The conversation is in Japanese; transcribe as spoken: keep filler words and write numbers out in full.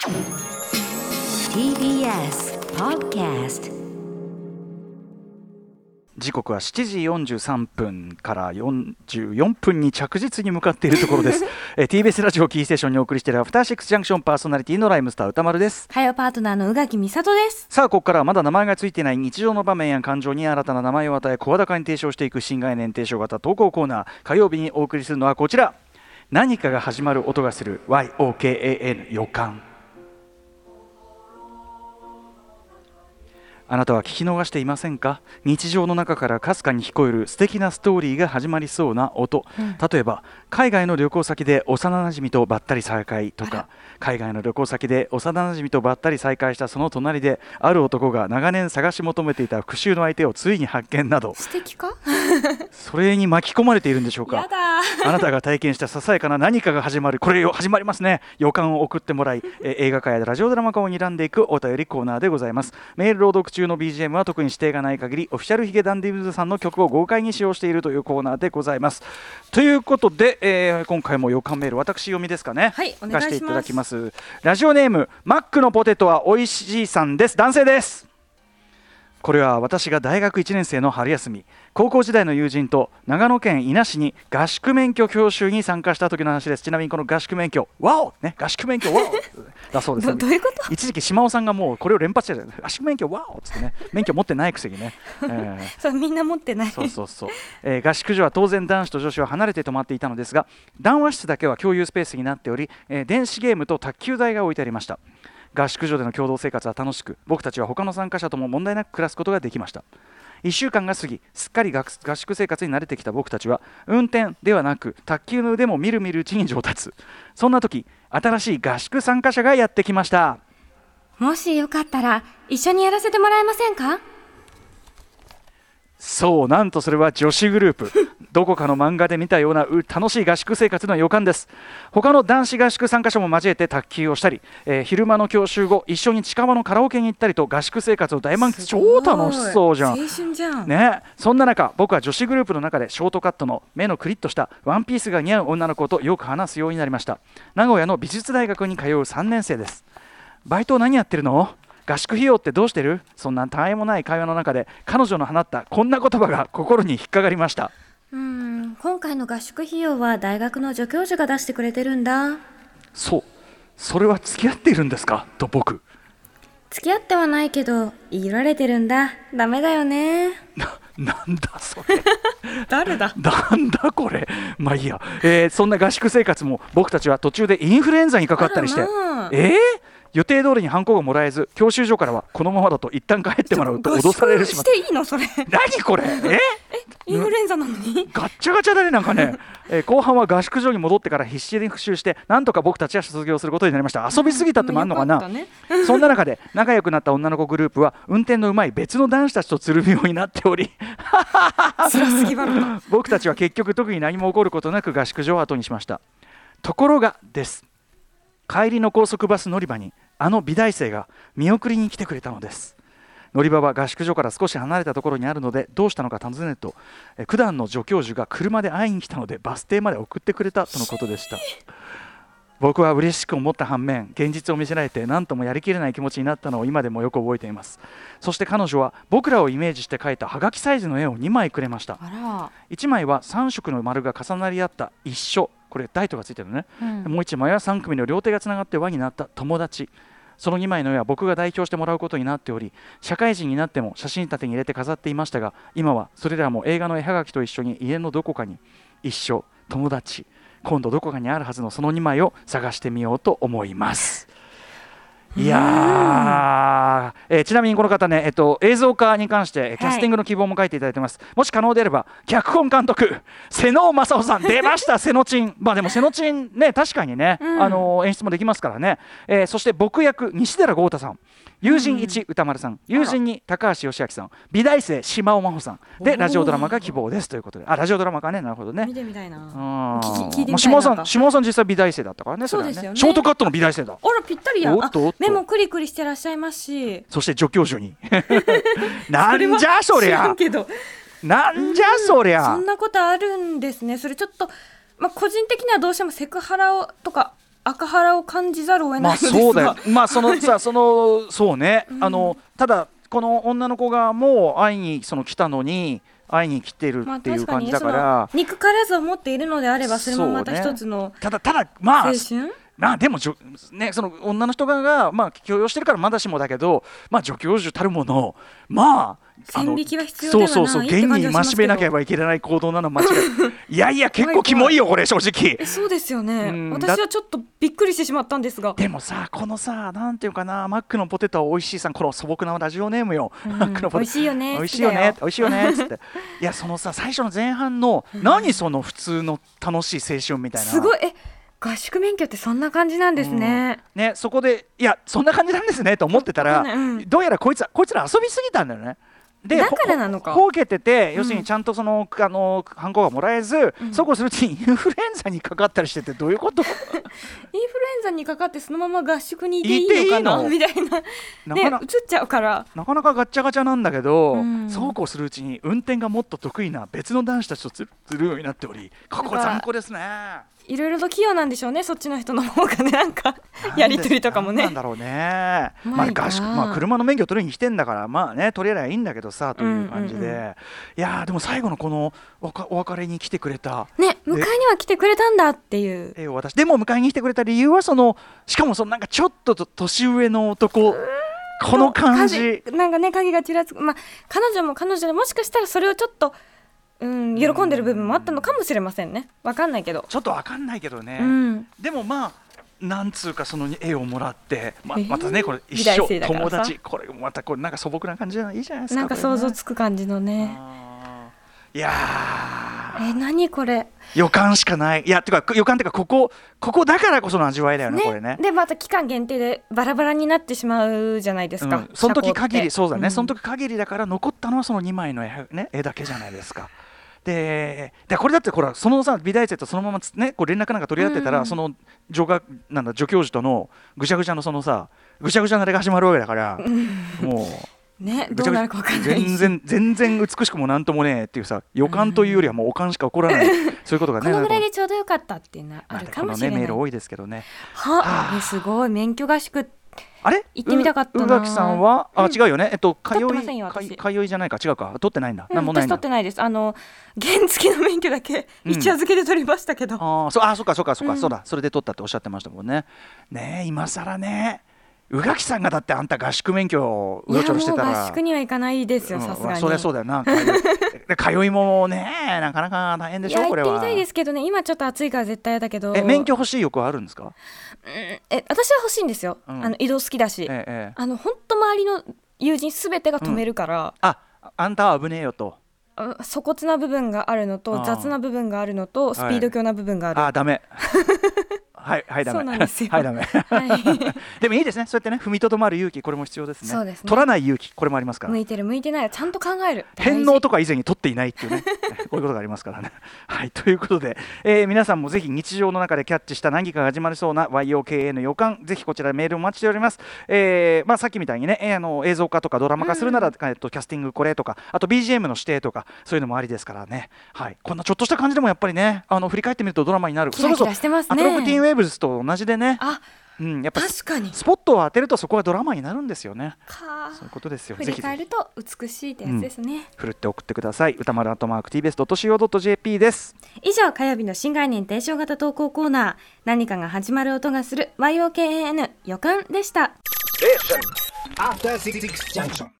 ティービーエス Podcast。 時刻はしちじよんじゅうさんぷんからよんじゅうよんぷんに着実に向かっているところですえ ティービーエス ラジオキーステーションにお送りしているアフターシックスジャンクション、パーソナリティのライムスター歌丸です。 火曜パートナーの宇垣美里です。 さあここからはまだ名前がついていない日常の場面や感情に新たな名前を与え声高に提唱していく新概念提唱型投稿コーナー、火曜日にお送りするのはこちら、何かが始まる音がする ワイオーケーエーエヌ 予感。あなたは聞き逃していませんか？日常の中からかすかに聞こえる素敵なストーリーが始まりそうな音、うん、例えば海外の旅行先で幼なじみとばったり再会とか、海外の旅行先で幼なじみとばったり再会したその隣である男が長年探し求めていた復讐の相手をついに発見など、 素敵かそれに巻き込まれているんでしょうか？ やだあなたが体験したささやかな何かが始まる、これよ始まりますね。予感を送ってもらい、え映画化やラジオドラマ化を睨んでいくお便りコーナーでございます。メール朗読中の ビージーエム は特に指定がない限りオフィシャルヒゲダンディブズさんの曲を豪快に使用しているというコーナーでございます。ということで、えー、今回も予感メール私読みですかね。 はい、お願いします。 書かせていただきます。ラジオネームマックのポテトはおいしいさんです。男性です。これは私が大学いちねん生の春休み、高校時代の友人と長野県伊那市に合宿免許教習に参加した時の話です。ちなみにこの合宿免許ワオ、ね、合宿免許ワオだそうです、ね、 ど, どういうこと？ 一時期島尾さんがもうこれを連発してる、合宿免許ワオっつってね、免許持ってないくせにね、えー、 そうみんな持ってない。 そうそうそう、えー、合宿所は当然男子と女子は離れて泊まっていたのですが、談話室だけは共有スペースになっており、えー、電子ゲームと卓球台が置いてありました。合宿所での共同生活は楽しく、僕たちは他の参加者とも問題なく暮らすことができました。いっしゅうかんが過ぎ、すっかり合宿生活に慣れてきた僕たちは運転ではなく卓球の腕もみるみるうちに上達。そんな時、新しい合宿参加者がやってきました。 もしよかったら一緒にやらせてもらえませんか？ そう、なんとそれは女子グループどこかの漫画で見たような楽しい合宿生活の予感です。他の男子合宿参加者も交えて卓球をしたり、えー、昼間の教習後一緒に近場のカラオケに行ったりと合宿生活を大満喫。超楽しそうじゃん。 青春じゃん、 ね、そんな中僕は女子グループの中でショートカットの目のクリッとしたワンピースが似合う女の子とよく話すようになりました。名古屋の美術大学に通うさんねん生です。バイト何やってるの？合宿費用ってどうしてる？そんなたわいもない会話の中で彼女の放ったこんな言葉が心に引っかかりました。 うーん、今回の合宿費用は大学の助教授が出してくれてるんだ。 そう、それは付き合っているんですか？と僕。 付き合ってはないけど言いられてるんだ。ダメだよね。 な、なんだそれ誰だなんだこれ。まあいいや、えー、そんな合宿生活も僕たちは途中でインフルエンザにかかったりして、 まあ、 えー予定通りにハンコがもらえず、教習所からはこのままだと一旦帰ってもらうと脅されるしまった。 していいのそれ？ 何これ？ええインフルエンザなのにガッチャガチャだねなんかね、えー、後半は合宿所に戻ってから必死に復習してなんとか僕たちは卒業することになりました。遊びすぎたってもあるのかな、うんね、そんな中で仲良くなった女の子グループは運転のうまい別の男子たちとつるむようになっており辛すぎばら僕たちは結局特に何も起こることなく合宿所を後にしました。ところがです、帰りの高速バス乗り場にあの美大生が見送りに来てくれたのです。乗り場は合宿所から少し離れたところにあるので、どうしたのか尋ねると、え九段の助教授が車で会いに来たのでバス停まで送ってくれたとのことでした。僕は嬉しく思った反面、現実を見せられて何ともやりきれない気持ちになったのを今でもよく覚えています。そして彼女は僕らをイメージして描いたハガキサイズの絵をにまいくれました。 あら、 いちまいはさん色の丸が重なり合った一緒、これライトがついてるのね、うん、もういちまいはさん組の両手がつながって輪になった友達。そのにまいの絵は僕が代表してもらうことになっており、社会人になっても写真立てに入れて飾っていましたが、今はそれらも映画の絵はがきと一緒に家のどこかに一緒、友達、今度どこかにあるはずのそのにまいを探してみようと思います。いやー、えー、ちなみにこの方ね、えっと、映像化に関してキャスティングの希望も書いていただいてます、はい、もし可能であれば脚本監督瀬能正夫さん出ました瀬野ちん。まあでも瀬野ちんね、確かにね、うん、あのー、演出もできますからね、えー、そして僕役西寺豪太さん、友人いち歌丸さん、友人に高橋義明さん、美大生島尾真帆さんでラジオドラマが希望ですということで、あ、ラジオドラマかね、なるほどね、 見てみたいな、 聞いてみたいな。島尾さん、島尾さん実際美大生だったからね、それはね、 そうですよね、 ショートカットの美大生だ。 あらぴったりやん。 おっとおっと、 目もクリクリしてらっしゃいますし、 そして助教授になんじゃそりゃ、 けどなんじゃそりゃ、 そんなことあるんですね。それちょっと、まあ、個人的にはどうしてもセクハラをとか赤腹を感じざるを得ないまあのですが、 そうだよ、まあそのさそのそうね、あのただこの女の子がもう会いにその来たのに会いに来てるっていう感じだから、 まあ、憎からずを持っているのであればそれもまた一つの、 ね、ただただまあ青春まあでも、ね、その女の人が、まあ、許容してるからまだしもだけど、まあ、助教授たるものまあ線引きは必要ではないそうそうそう現にましめなければいけない行動なの間違いいやいや結構キモいよこれ正直。 そうですよね、 うん、 私はちょっとびっくりしてしまったんですが、 でもさこのさなんていうかなマックのポテトは美味しいさんこの素朴なラジオネームよ、うん、マックのポテト美味しいよね美味しいよね美味しいよねつっていやそのさ最初の前半の、うん、何その普通の楽しい青春みたいな、 すごいえ合宿免許ってそんな感じなんですね、 うん、ねそこでいやそんな感じなんですねと思ってたら、うん、どうやらこいつこいつら遊びすぎたんだよね。でだからなのかほうけてて、要するにちゃんとその、うん、あのハンコがもらえず、うん、そうこうするうちにインフルエンザにかかったりしててどういうことインフルエンザにかかってそのまま合宿にいていいのかなみたいな、ね、なかな移っちゃうからなかなかガッチャガチャなんだけど、うん、そうこうするうちに運転がもっと得意な別の男子たちとするようになっておりここ残酷ですね。 いろいろと器用なんでしょうねそっちの人の方がねなんかやり取りとかもねなんだろうね、まあ合宿まあ、車の免許取りに来てんだからまあね取れりゃいいんだけどさという感じで、うんうんうん、いやでも最後のこのお別れに来てくれたね迎えには来てくれたんだっていうえ私でも迎えに来てくれた理由はそのしかもそのなんかちょっと年上の男この感じなんかね影がちらつく、まあ、彼女も彼女でもしかしたらそれをちょっとうん、喜んでる部分もあったのかもしれませんね。わかんないけどちょっとわかんないけどね、 うん、 でもまあなんつうかその絵をもらって、ま, またねこれ一緒友達これまたこれなんか素朴な感じじゃないいいじゃないですか。 なんか想像つく感じのね。 いやえ何これ予感しかない。いやてか予感っていうかここここだからこその味わいだよ ね, ねこれね。 でまた期間限定でバラバラになってしまうじゃないですか、うん、 その時限りそうだね、うん、その時限りだから残ったのはそのにまいの 絵,、ね、絵だけじゃないですか。ででこれだってほらそのさ美大生とそのまま、ね、こう連絡なんか取り合ってたら、うん、その助学なんだ助教授とのぐちゃぐちゃのそのさぐちゃぐちゃなあれが始まるわけだから、うん、もうねどうなるか分かんない全然全然美しくもなんともねえっていうさ予感というよりはもうお感しか起こらない、うん、そういうことがねこのぐらいでちょうどよかったっていうのはあるかもしれない、 まあ、このねメール多いですけどねはあすごい免許合宿あれ行ってみたかったな。 宇垣さんはあ、うん、違うよね、えっと、通い取ってませんよ私通いじゃないか違うか取ってないんだ、 うん、 何もないんだ。 私取ってないです。あの原付の免許だけ一夜漬けで取りましたけど、うん、 あそあそうかそうかそうか、うん、そうだそれで取ったっておっしゃってましたもんね。ねえ今更ね宇垣さんがだってあんた合宿免許をうろちょろしてたらいやもう合宿には行かないですよさすがに、 うん、そりゃそうだよな通いもねなかなか大変でしょ。 いやこれは行ってみたいですけどね今ちょっと暑いから絶対だけどえ免許欲しい欲はあるんですか。うん、 え私は欲しいんですよ、うん、あの移動好きだし、ええ、あの本当周りの友人すべてが止めるから、うん、 ああんたは危ねえよと粗骨な部分があるのと雑な部分があるのとスピード強な部分がある、 はい、あダメはいはいダメそうなんですよはいダメ、はい、でもいいですねそうやってね踏みとどまる勇気これも必要ですね。 そうですね取らない勇気これもありますから向いてる向いてないちゃんと考える返納とか以前に取っていないっていうねこういうことがありますからねはいということで、えー、皆さんもぜひ日常の中でキャッチした何かが始まりそうな ワイオーケーエー の予感ぜひこちらメールお待ちしております。えーまあ、さっきみたいにね、えー、あの映像化とかドラマ化するなら、うんえっと、キャスティングこれとかあと ビージーエム の指定とかそういうのもありですからね、はい、こんなちょっとした感じでもやっぱりねあの振り返ってみるとドラマになる。 キラキラしてますね。 それこそアトロックティーンウェーブズと同じでねあうん、やっぱ確かにスポットを当てるとそこはドラマになるんですよね。そういうことですよ。 振り返ると美しいってやつですね、うん、 ふるって送ってください。歌丸アットマーク ティービーエスドットシーオードットジェーピー です。 以上火曜日の新概念提唱型投稿コーナー何かが始まる音がする ワイオーケーエーエヌ 予感でした。